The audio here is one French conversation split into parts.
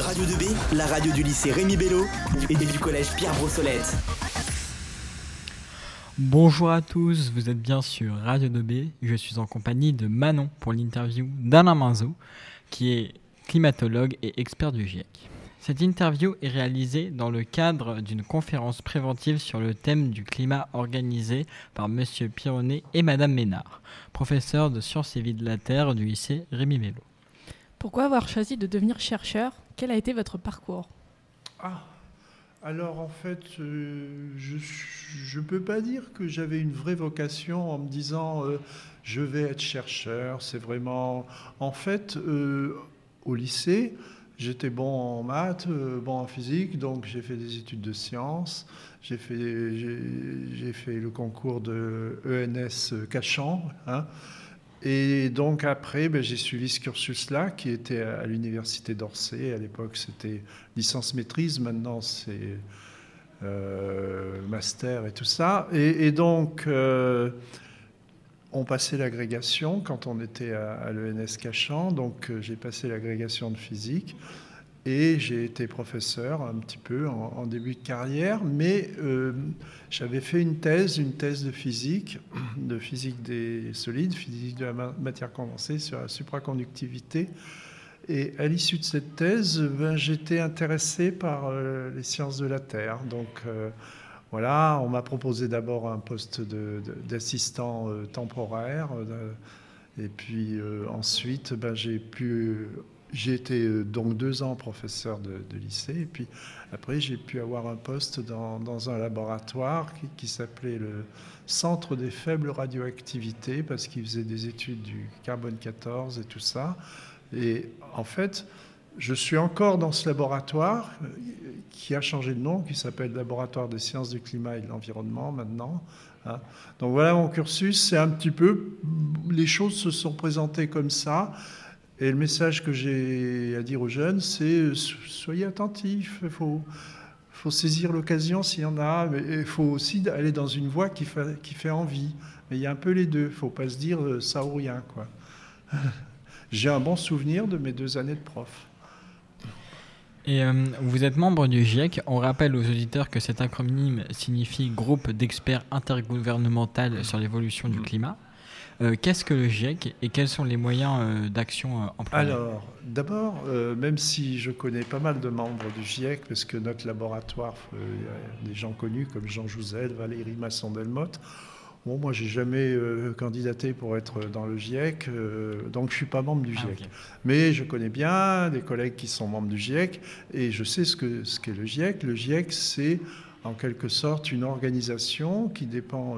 Radio 2B, la radio du lycée Rémi Bello et du collège Pierre Brossolette. Bonjour à tous, vous êtes bien sur Radio 2B. Je suis en compagnie de Manon pour l'interview d'Alain Minzo, qui est climatologue et expert du GIEC. Cette interview est réalisée dans le cadre d'une conférence préventive sur le thème du climat organisée par Monsieur Pironnet et Madame Ménard, professeurs de sciences et vie de la Terre du lycée Rémi Bello. Pourquoi avoir choisi de devenir chercheur ? Quel a été votre parcours ? Alors en fait, je ne peux pas dire que j'avais une vraie vocation en me disant je vais être chercheur. C'est vraiment... En fait, au lycée, j'étais bon en maths, bon en physique, donc j'ai fait des études de sciences. J'ai fait le concours de ENS Cachan, Et donc après, j'ai suivi ce cursus-là qui était à l'université d'Orsay. À l'époque, c'était licence-maîtrise. Maintenant, c'est master et tout ça. Et donc, on passait l'agrégation quand on était à l'ENS Cachan. Donc, j'ai passé l'agrégation de physique. Et j'ai été professeur un petit peu en début de carrière, mais j'avais fait une thèse de physique des solides, physique de la matière condensée sur la supraconductivité. Et à l'issue de cette thèse, j'étais intéressé par les sciences de la Terre. Donc voilà, on m'a proposé d'abord un poste d'assistant temporaire. Et puis ensuite, j'ai été donc 2 ans professeur de lycée, et puis après j'ai pu avoir un poste dans un laboratoire qui s'appelait le Centre des faibles radioactivités, parce qu'il faisait des études du carbone 14 et tout ça. Et en fait, je suis encore dans ce laboratoire qui a changé de nom, qui s'appelle Laboratoire des sciences du climat et de l'environnement maintenant. Donc voilà mon cursus, c'est un petit peu... Les choses se sont présentées comme ça. Et le message que j'ai à dire aux jeunes, c'est soyez attentifs, il faut saisir l'occasion s'il y en a, mais il faut aussi aller dans une voie qui fait envie. Mais il y a un peu les deux, il ne faut pas se dire ça ou rien, quoi. J'ai un bon souvenir de mes 2 années de prof. Et vous êtes membre du GIEC. On rappelle aux auditeurs que cet acronyme signifie Groupe d'experts intergouvernemental sur l'évolution du climat. Qu'est-ce que le GIEC et quels sont les moyens d'action employés ? Alors, d'abord, même si je connais pas mal de membres du GIEC, parce que notre laboratoire, il y a des gens connus comme Jean Jouzel, Valérie Masson-Delmotte. Bon, moi, j'ai jamais candidaté pour être dans le GIEC, donc je suis pas membre du GIEC. Okay. Mais je connais bien des collègues qui sont membres du GIEC, et je sais ce qu'est le GIEC. Le GIEC, c'est en quelque sorte une organisation qui dépend...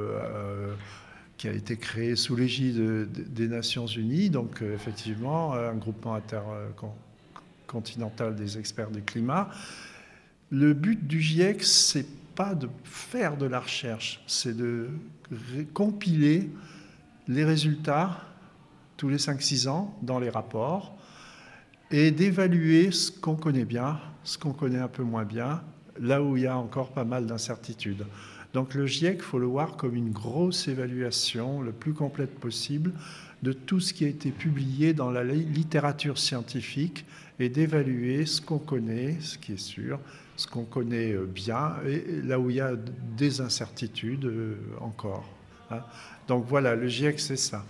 qui a été créé sous l'égide des Nations Unies, donc effectivement un groupement intercontinental des experts du climat. Le but du GIEC, c'est pas de faire de la recherche, c'est de compiler les résultats tous les 5-6 ans dans les rapports et d'évaluer ce qu'on connaît bien, ce qu'on connaît un peu moins bien, là où il y a encore pas mal d'incertitudes. Donc le GIEC, il faut le voir comme une grosse évaluation, le plus complète possible, de tout ce qui a été publié dans la littérature scientifique et d'évaluer ce qu'on connaît, ce qui est sûr, ce qu'on connaît bien, et là où il y a des incertitudes encore. Donc voilà, le GIEC, c'est ça.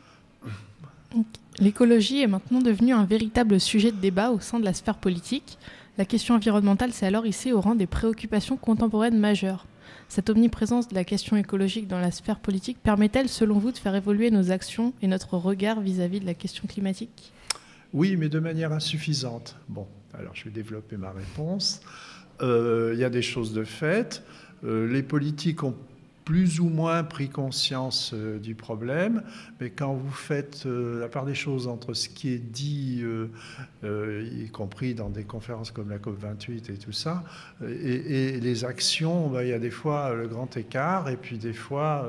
L'écologie est maintenant devenue un véritable sujet de débat au sein de la sphère politique. La question environnementale s'est alors hissée au rang des préoccupations contemporaines majeures. Cette omniprésence de la question écologique dans la sphère politique permet-elle, selon vous, de faire évoluer nos actions et notre regard vis-à-vis de la question climatique ? Oui, mais de manière insuffisante. Bon, alors je vais développer ma réponse. Il y a des choses de fait. Les politiques ont plus ou moins pris conscience du problème, mais quand vous faites la part des choses entre ce qui est dit, y compris dans des conférences comme la COP28 et tout ça, et les actions, il y a des fois le grand écart, et puis des fois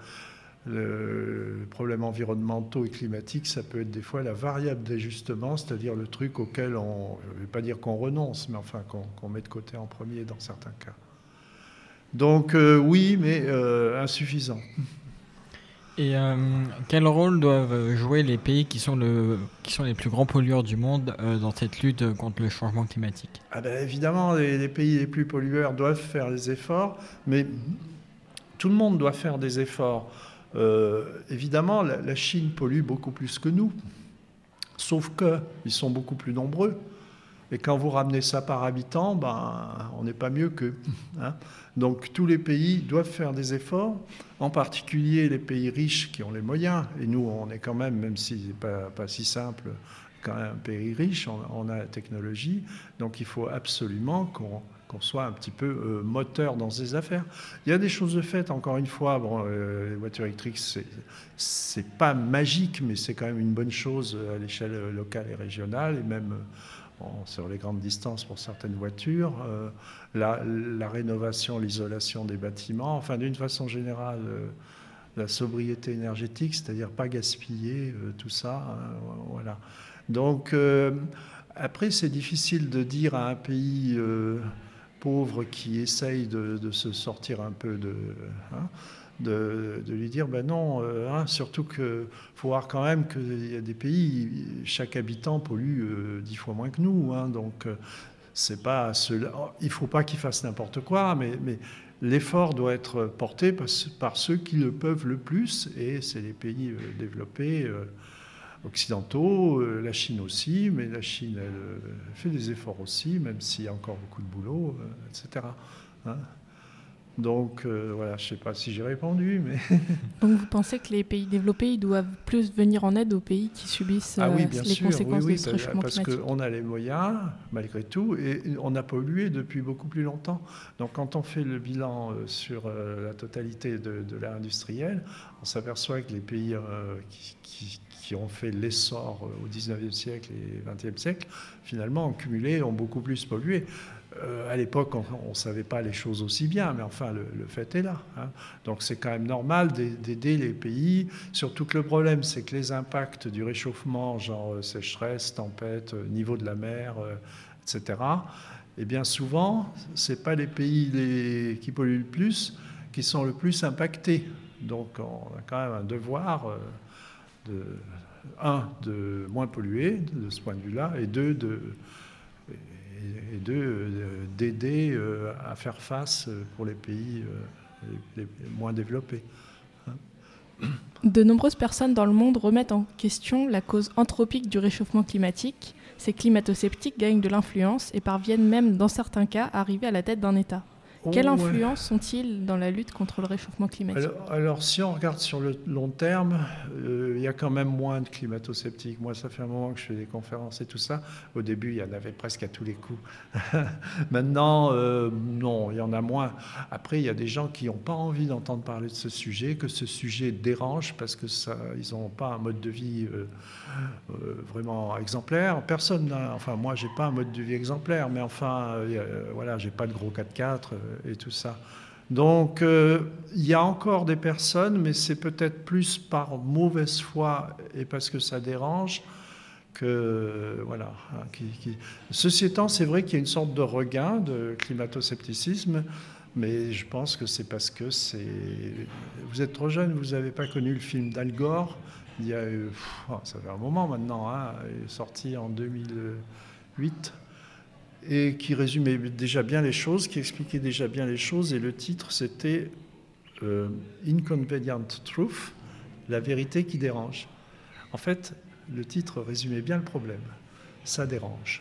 les problèmes environnementaux et climatiques, ça peut être des fois la variable d'ajustement, c'est-à-dire le truc auquel je ne vais pas dire qu'on renonce, mais enfin qu'on met de côté en premier dans certains cas. Donc oui, mais insuffisant. Et quel rôle doivent jouer les pays qui sont les plus grands pollueurs du monde dans cette lutte contre le changement climatique ? Évidemment, les pays les plus pollueurs doivent faire des efforts, mais tout le monde doit faire des efforts. Évidemment, la Chine pollue beaucoup plus que nous, sauf qu'ils sont beaucoup plus nombreux. Et quand vous ramenez ça par habitant, on n'est pas mieux qu'eux. Hein. Donc tous les pays doivent faire des efforts, en particulier les pays riches qui ont les moyens. Et nous, on est quand même si ce n'est pas si simple, quand même un pays riche, on a la technologie. Donc il faut absolument qu'on soit un petit peu moteur dans ces affaires. Il y a des choses de fait, encore une fois. Les voitures électriques, c'est pas magique, mais c'est quand même une bonne chose à l'échelle locale et régionale, et même sur les grandes distances pour certaines voitures, la rénovation, l'isolation des bâtiments, enfin d'une façon générale, la sobriété énergétique, c'est-à-dire pas gaspiller tout ça. Voilà. Donc après, c'est difficile de dire à un pays pauvre qui essaye de se sortir un peu de lui dire non, surtout qu'il faut voir quand même qu'il y a des pays, chaque habitant pollue 10 fois moins que nous, donc c'est pas il ne faut pas qu'ils fassent n'importe quoi, mais l'effort doit être porté par ceux qui le peuvent le plus, et c'est les pays développés occidentaux, la Chine aussi, mais la Chine elle fait des efforts aussi, même s'il y a encore beaucoup de boulot, etc. Donc voilà, je ne sais pas si j'ai répondu, mais... Donc vous pensez que les pays développés ils doivent plus venir en aide aux pays qui subissent les conséquences du réchauffement climatique ? Parce qu'on a les moyens, malgré tout, et on n'a pas pollué depuis beaucoup plus longtemps. Donc quand on fait le bilan sur la totalité de l'ère industrielle, on s'aperçoit que les pays qui ont fait l'essor au 19e siècle et 20e siècle, finalement, en cumulé, ont beaucoup plus pollué. À l'époque, on ne savait pas les choses aussi bien, mais enfin, le fait est là. Donc c'est quand même normal d'aider les pays, surtout que le problème, c'est que les impacts du réchauffement, genre sécheresse, tempête, niveau de la mer, etc., et bien souvent, ce n'est pas les pays qui polluent le plus qui sont le plus impactés. Donc on a quand même un devoir de moins polluer, de ce point de vue-là, et d'aider à faire face pour les pays les moins développés. De nombreuses personnes dans le monde remettent en question la cause anthropique du réchauffement climatique. Ces climato-sceptiques gagnent de l'influence et parviennent même, dans certains cas, à arriver à la tête d'un État. Quelle influence ont-ils dans la lutte contre le réchauffement climatique ? Alors, si on regarde sur le long terme, il y a quand même moins de climato-sceptiques. Moi, ça fait un moment que je fais des conférences et tout ça. Au début, il y en avait presque à tous les coups. Maintenant, non, il y en a moins. Après, il y a des gens qui n'ont pas envie d'entendre parler de ce sujet, que ce sujet dérange parce que ils n'ont pas un mode de vie vraiment exemplaire. Personne n'a... Enfin, moi, je n'ai pas un mode de vie exemplaire, mais enfin, voilà, je n'ai pas de gros 4x4 et tout ça. Donc, il y a encore des personnes, mais c'est peut-être plus par mauvaise foi et parce que ça dérange que, voilà. Ceci étant, c'est vrai qu'il y a une sorte de regain de climato-scepticisme, mais je pense que c'est parce que vous êtes trop jeune, vous n'avez pas connu le film d'Al Gore. Il y a eu, ça fait un moment maintenant, il est sorti en 2008, et qui résumait déjà bien les choses, qui expliquait déjà bien les choses, et le titre c'était Inconvenient Truth, la vérité qui dérange. En fait, le titre résumait bien le problème, ça dérange.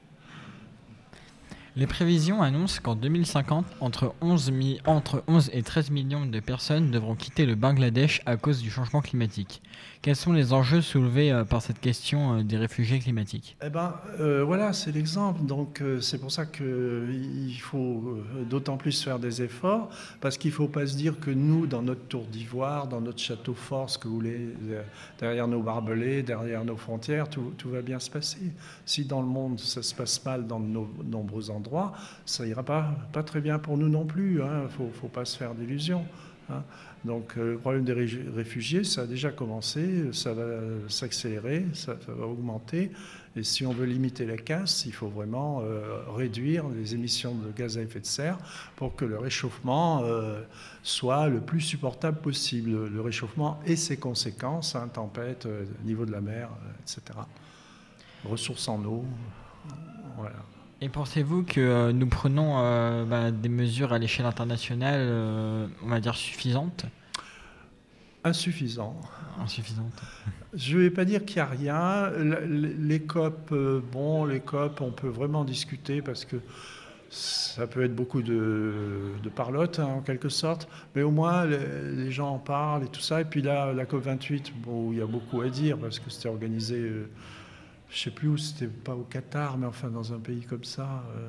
Les prévisions annoncent qu'en 2050, entre 11 et 13 millions de personnes devront quitter le Bangladesh à cause du changement climatique. Quels sont les enjeux soulevés par cette question des réfugiés climatiques ? Voilà, c'est l'exemple. Donc, c'est pour ça qu'il faut d'autant plus faire des efforts, parce qu'il ne faut pas se dire que nous, dans notre tour d'ivoire, dans notre château fort, ce que vous voulez, derrière nos barbelés, derrière nos frontières, tout va bien se passer. Si dans le monde, ça se passe mal dans de nombreux endroits, ça ira pas très bien pour nous non plus. Faut pas se faire d'illusions. hein. Donc le problème des réfugiés, ça a déjà commencé, ça va s'accélérer, ça va augmenter. Et si on veut limiter la casse, il faut vraiment réduire les émissions de gaz à effet de serre pour que le réchauffement soit le plus supportable possible. Le réchauffement et ses conséquences, hein, tempête, niveau de la mer, etc. Ressources en eau, voilà. Et pensez-vous que nous prenons des mesures à l'échelle internationale, on va dire suffisantes ? Insuffisant. Insuffisantes. Je ne vais pas dire qu'il n'y a rien. Les COP, les COP, on peut vraiment discuter parce que ça peut être beaucoup de parlotte, hein, en quelque sorte. Mais au moins, les gens en parlent et tout ça. Et puis là, la COP28, il y a beaucoup à dire parce que c'était organisé... je ne sais plus où, c'était pas au Qatar, mais enfin dans un pays comme ça.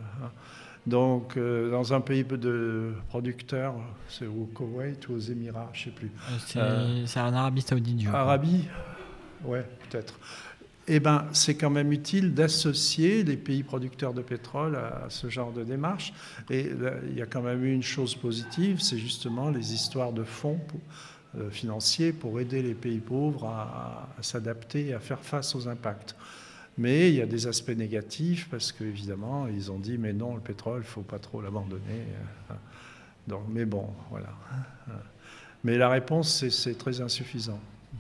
Donc, dans un pays de producteurs, c'est au Koweït ou aux Émirats, je ne sais plus. C'est en Arabie Saoudite, du coup. Arabie, ouais, peut-être. Eh bien, c'est quand même utile d'associer les pays producteurs de pétrole à ce genre de démarche. Et là, il y a quand même eu une chose positive, c'est justement les histoires de fonds financiers pour aider les pays pauvres à s'adapter et à faire face aux impacts. Mais il y a des aspects négatifs parce qu'évidemment, ils ont dit « mais non, le pétrole, il ne faut pas trop l'abandonner ». Donc, mais bon, voilà. Mais la réponse, c'est très insuffisant.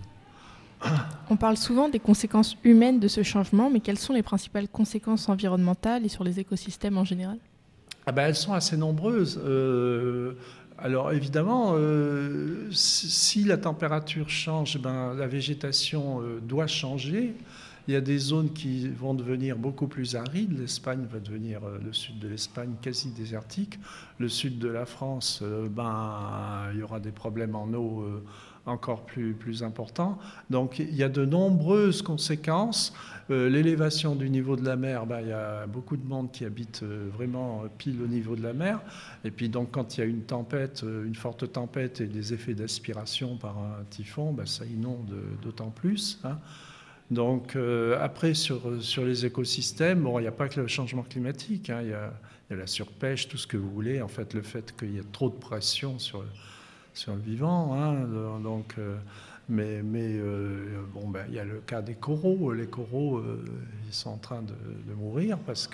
On parle souvent des conséquences humaines de ce changement, mais quelles sont les principales conséquences environnementales et sur les écosystèmes en général ? Elles sont assez nombreuses. Alors évidemment, si la température change, la végétation doit changer. Il y a des zones qui vont devenir beaucoup plus arides. L'Espagne va devenir, le sud de l'Espagne, quasi désertique. Le sud de la France, il y aura des problèmes en eau encore plus importants. Donc il y a de nombreuses conséquences. L'élévation du niveau de la mer, il y a beaucoup de monde qui habite vraiment pile au niveau de la mer. Et puis donc quand il y a une tempête, une forte tempête et des effets d'aspiration par un typhon, ça inonde d'autant plus, hein. Donc après, sur les écosystèmes, il n'y a pas que le changement climatique, hein, il y a la surpêche, tout ce que vous voulez. En fait, le fait qu'il y ait trop de pression sur le vivant, hein, donc, il y a le cas des coraux. Les coraux, ils sont en train de mourir parce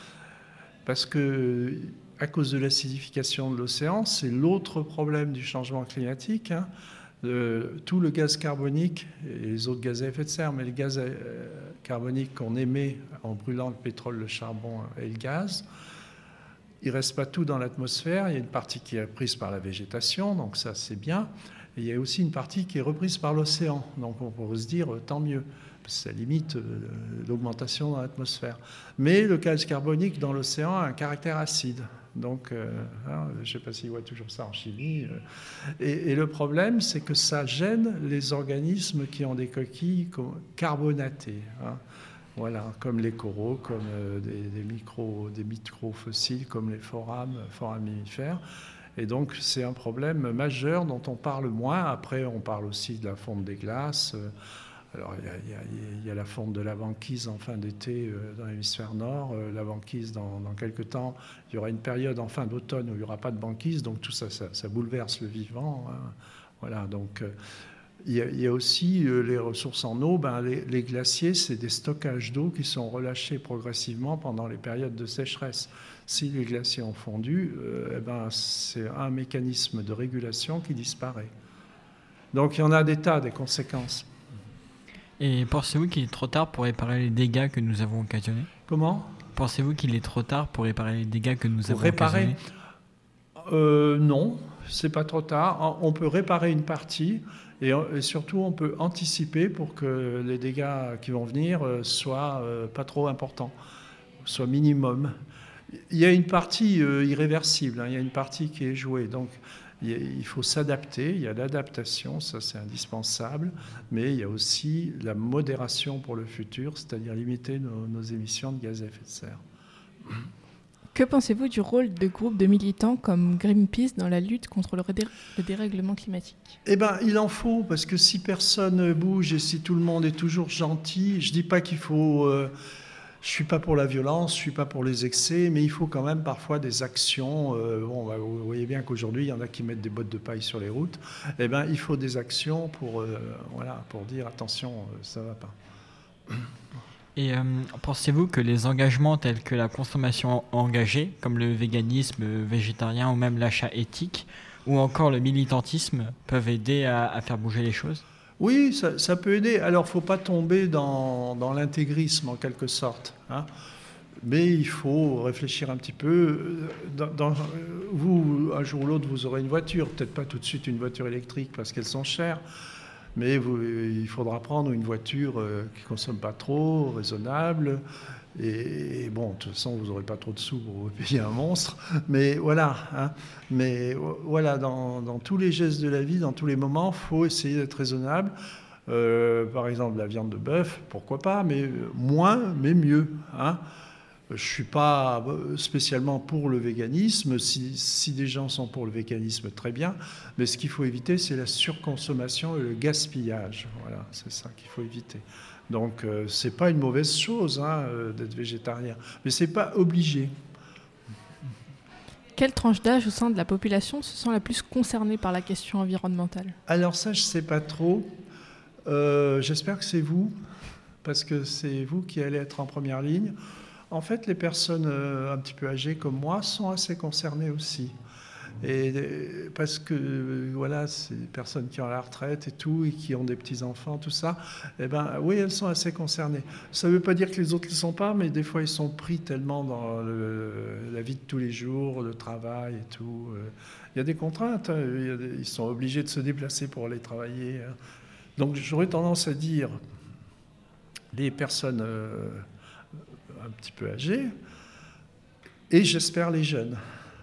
que à cause de l'acidification de l'océan, c'est l'autre problème du changement climatique, hein. Tout le gaz carbonique et les autres gaz à effet de serre, mais le gaz carbonique qu'on émet en brûlant le pétrole, le charbon et le gaz, il ne reste pas tout dans l'atmosphère. Il y a une partie qui est prise par la végétation, donc ça c'est bien. Et il y a aussi une partie qui est reprise par l'océan, donc on pourrait se dire tant mieux, parce que ça limite l'augmentation dans l'atmosphère. Mais le gaz carbonique dans l'océan a un caractère acide. Donc, je ne sais pas s'ils voient toujours ça en chimie. Et le problème, c'est que ça gêne les organismes qui ont des coquilles carbonatées, hein. Voilà, comme les coraux, comme des microfossiles, comme les foraminifères. Et donc, c'est un problème majeur dont on parle moins. Après, on parle aussi de la fonte des glaces. Alors, il y a la fonte de la banquise en fin d'été dans l'hémisphère nord. La banquise, dans quelques temps, il y aura une période en fin d'automne où il n'y aura pas de banquise. Donc, tout ça bouleverse le vivant, hein. Voilà, donc il y a aussi les ressources en eau. Les glaciers, c'est des stockages d'eau qui sont relâchés progressivement pendant les périodes de sécheresse. Si les glaciers ont fondu, c'est un mécanisme de régulation qui disparaît. Donc, il y en a des conséquences. Et pensez-vous qu'il est trop tard pour réparer les dégâts que nous avons occasionnés ? Comment ? Pensez-vous qu'il est trop tard pour réparer les dégâts que nous avons occasionnés ? Non, c'est pas trop tard. On peut réparer une partie et surtout on peut anticiper pour que les dégâts qui vont venir soient pas trop importants, soient minimum. Il y a une partie irréversible, hein, il y a une partie qui est jouée. Donc il faut s'adapter, il y a l'adaptation, ça c'est indispensable, mais il y a aussi la modération pour le futur, c'est-à-dire limiter nos émissions de gaz à effet de serre. Que pensez-vous du rôle de groupes de militants comme Greenpeace dans la lutte contre le dérèglement climatique ? Il en faut, parce que si personne ne bouge et si tout le monde est toujours gentil, je ne dis pas qu'il faut Je ne suis pas pour la violence, je ne suis pas pour les excès, mais il faut quand même parfois des actions. Vous voyez bien qu'aujourd'hui, il y en a qui mettent des bottes de paille sur les routes. Eh bien, il faut des actions pour dire attention, ça ne va pas. Et pensez-vous que les engagements tels que la consommation engagée, comme le véganisme végétarien ou même l'achat éthique, ou encore le militantisme, peuvent aider à faire bouger les choses ? Oui, ça peut aider. Alors, il ne faut pas tomber dans l'intégrisme, en quelque sorte. Hein. Mais il faut réfléchir un petit peu. Vous, un jour ou l'autre, vous aurez une voiture. Peut-être pas tout de suite une voiture électrique parce qu'elles sont chères. Mais il faudra prendre une voiture qui ne consomme pas trop, raisonnable. Et bon, de toute façon, vous n'aurez pas trop de sous pour payer un monstre. Mais voilà, hein. Mais voilà, dans tous les gestes de la vie, dans tous les moments, il faut essayer d'être raisonnable. Par exemple, la viande de bœuf, pourquoi pas, mais moins, mais mieux. Hein. Je ne suis pas spécialement pour le véganisme. Si des gens sont pour le véganisme, très bien. Mais ce qu'il faut éviter, c'est la surconsommation et le gaspillage. Voilà, c'est ça qu'il faut éviter. Donc, ce n'est pas une mauvaise chose d'être végétarien, mais ce n'est pas obligé. Quelle tranche d'âge au sein de la population se sent la plus concernée par la question environnementale ? Alors ça, je ne sais pas trop. J'espère que c'est vous, parce que c'est vous qui allez être en première ligne. En fait, les personnes un petit peu âgées comme moi sont assez concernées aussi. Et parce que voilà, c'est des personnes qui ont la retraite et tout, et qui ont des petits-enfants, tout ça, eh ben, oui, elles sont assez concernées. Ça ne veut pas dire que les autres ne le sont pas, mais des fois, ils sont pris tellement dans la vie de tous les jours, le travail et tout. Il y a des contraintes, hein, ils sont obligés de se déplacer pour aller travailler. Hein. Donc, j'aurais tendance à dire les personnes un petit peu âgées, et j'espère les jeunes.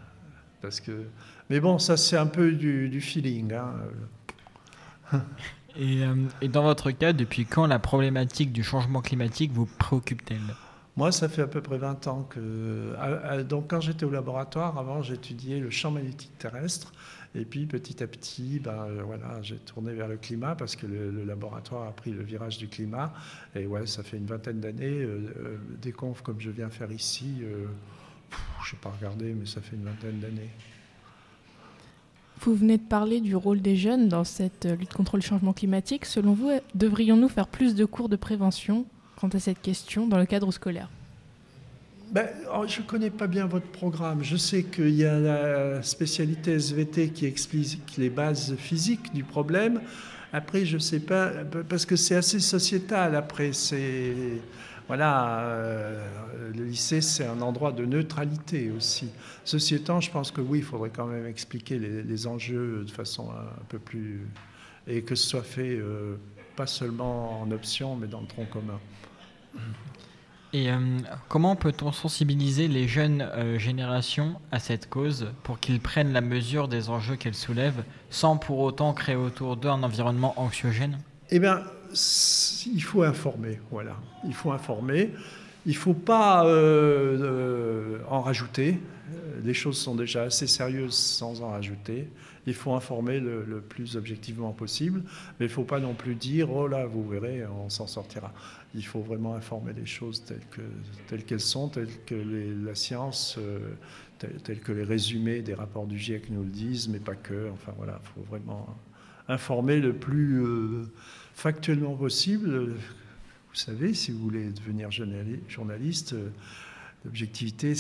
Mais bon, ça c'est un peu du feeling. Hein. Et dans votre cas, depuis quand la problématique du changement climatique vous préoccupe-t-elle ? Moi, ça fait à peu près 20 ans que... Donc quand j'étais au laboratoire, avant j'étudiais le champ magnétique terrestre. Et puis petit à petit, j'ai tourné vers le climat parce que le laboratoire a pris le virage du climat. Et ouais, ça fait une vingtaine d'années. Des confs comme je viens faire ici... je n'ai pas regardé, mais ça fait une vingtaine d'années. Vous venez de parler du rôle des jeunes dans cette lutte contre le changement climatique. Selon vous, devrions-nous faire plus de cours de prévention quant à cette question dans le cadre scolaire ? Je ne connais pas bien votre programme. Je sais qu'il y a la spécialité SVT qui explique les bases physiques du problème. Après, je ne sais pas, parce que c'est assez sociétal. Après, le lycée, c'est un endroit de neutralité aussi. Ceci étant, je pense que oui, il faudrait quand même expliquer les enjeux de façon un peu plus... Et que ce soit fait pas seulement en option, mais dans le tronc commun. Et comment peut-on sensibiliser les jeunes générations à cette cause pour qu'ils prennent la mesure des enjeux qu'elle soulève sans pour autant créer autour d'eux un environnement anxiogène ? Eh bien, il faut informer, voilà. Il faut informer. Il ne faut pas en rajouter. Les choses sont déjà assez sérieuses sans en rajouter. Il faut informer le plus objectivement possible, mais il ne faut pas non plus dire « Oh là, vous verrez, on s'en sortira ». Il faut vraiment informer les choses telles qu'elles sont, telles que la science, telles que les résumés des rapports du GIEC nous le disent, mais pas que. Enfin voilà, il faut vraiment informer le plus factuellement possible. Vous savez, si vous voulez devenir journaliste, l'objectivité,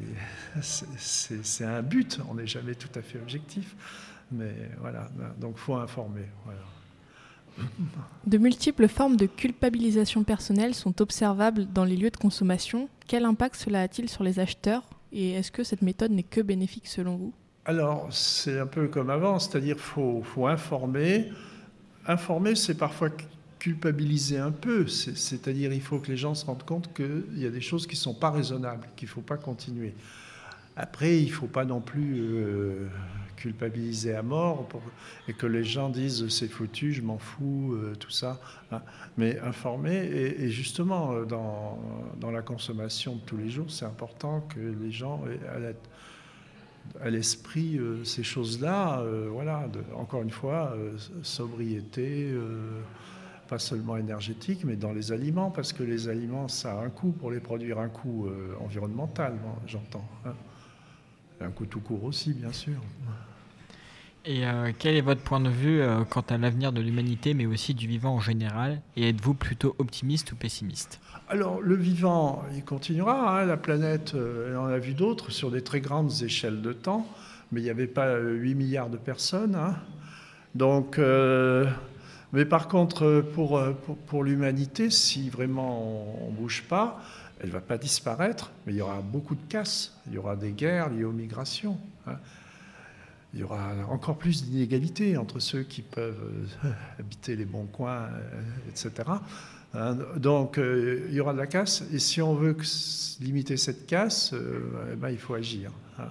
c'est un but. On n'est jamais tout à fait objectif. Mais voilà, donc il faut informer. Voilà. De multiples formes de culpabilisation personnelle sont observables dans les lieux de consommation. Quel impact cela a-t-il sur les acheteurs ? Et est-ce que cette méthode n'est que bénéfique selon vous ? Alors, c'est un peu comme avant, c'est-à-dire qu'il faut informer. Informer, c'est parfois culpabiliser un peu, c'est-à-dire il faut que les gens se rendent compte qu'il y a des choses qui ne sont pas raisonnables, qu'il ne faut pas continuer. Après, il ne faut pas non plus culpabiliser à mort et que les gens disent c'est foutu, je m'en fous, tout ça. Hein. Mais informer, et justement, dans la consommation de tous les jours, c'est important que les gens aient à l'esprit ces choses-là. Encore une fois, sobriété, pas seulement énergétique, mais dans les aliments, parce que les aliments, ça a un coût pour les produire, un coût environnemental, j'entends. Hein. Un coût tout court aussi, bien sûr. Et quel est votre point de vue quant à l'avenir de l'humanité, mais aussi du vivant en général? Et êtes-vous plutôt optimiste ou pessimiste? Alors, le vivant, il continuera. Hein, la planète, on en a vu d'autres sur des très grandes échelles de temps, mais il n'y avait pas 8 milliards de personnes. Hein. Donc, mais par contre, pour l'humanité, si vraiment on ne bouge pas, elle ne va pas disparaître, mais il y aura beaucoup de casses. Il y aura des guerres liées aux migrations. Hein. Il y aura encore plus d'inégalités entre ceux qui peuvent habiter les bons coins, etc. Hein, donc, il y aura de la casse. Et si on veut limiter cette casse, il faut agir. Hein.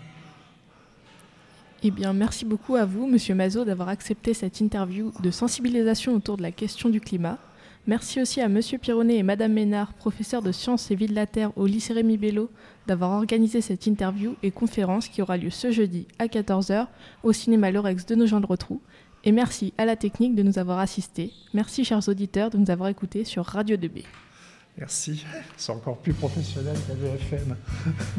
Eh bien, merci beaucoup à vous, Monsieur Mazot, d'avoir accepté cette interview de sensibilisation autour de la question du climat. Merci aussi à Monsieur Pironnet et Madame Ménard, professeurs de sciences et vie de la Terre au lycée Rémi Bello, d'avoir organisé cette interview et conférence qui aura lieu ce jeudi à 14h au cinéma Lorex de Nogent-le-Rotrou. Et merci à la technique de nous avoir assistés. Merci, chers auditeurs, de nous avoir écoutés sur Radio 2B. Merci. C'est encore plus professionnel qu'à VFM.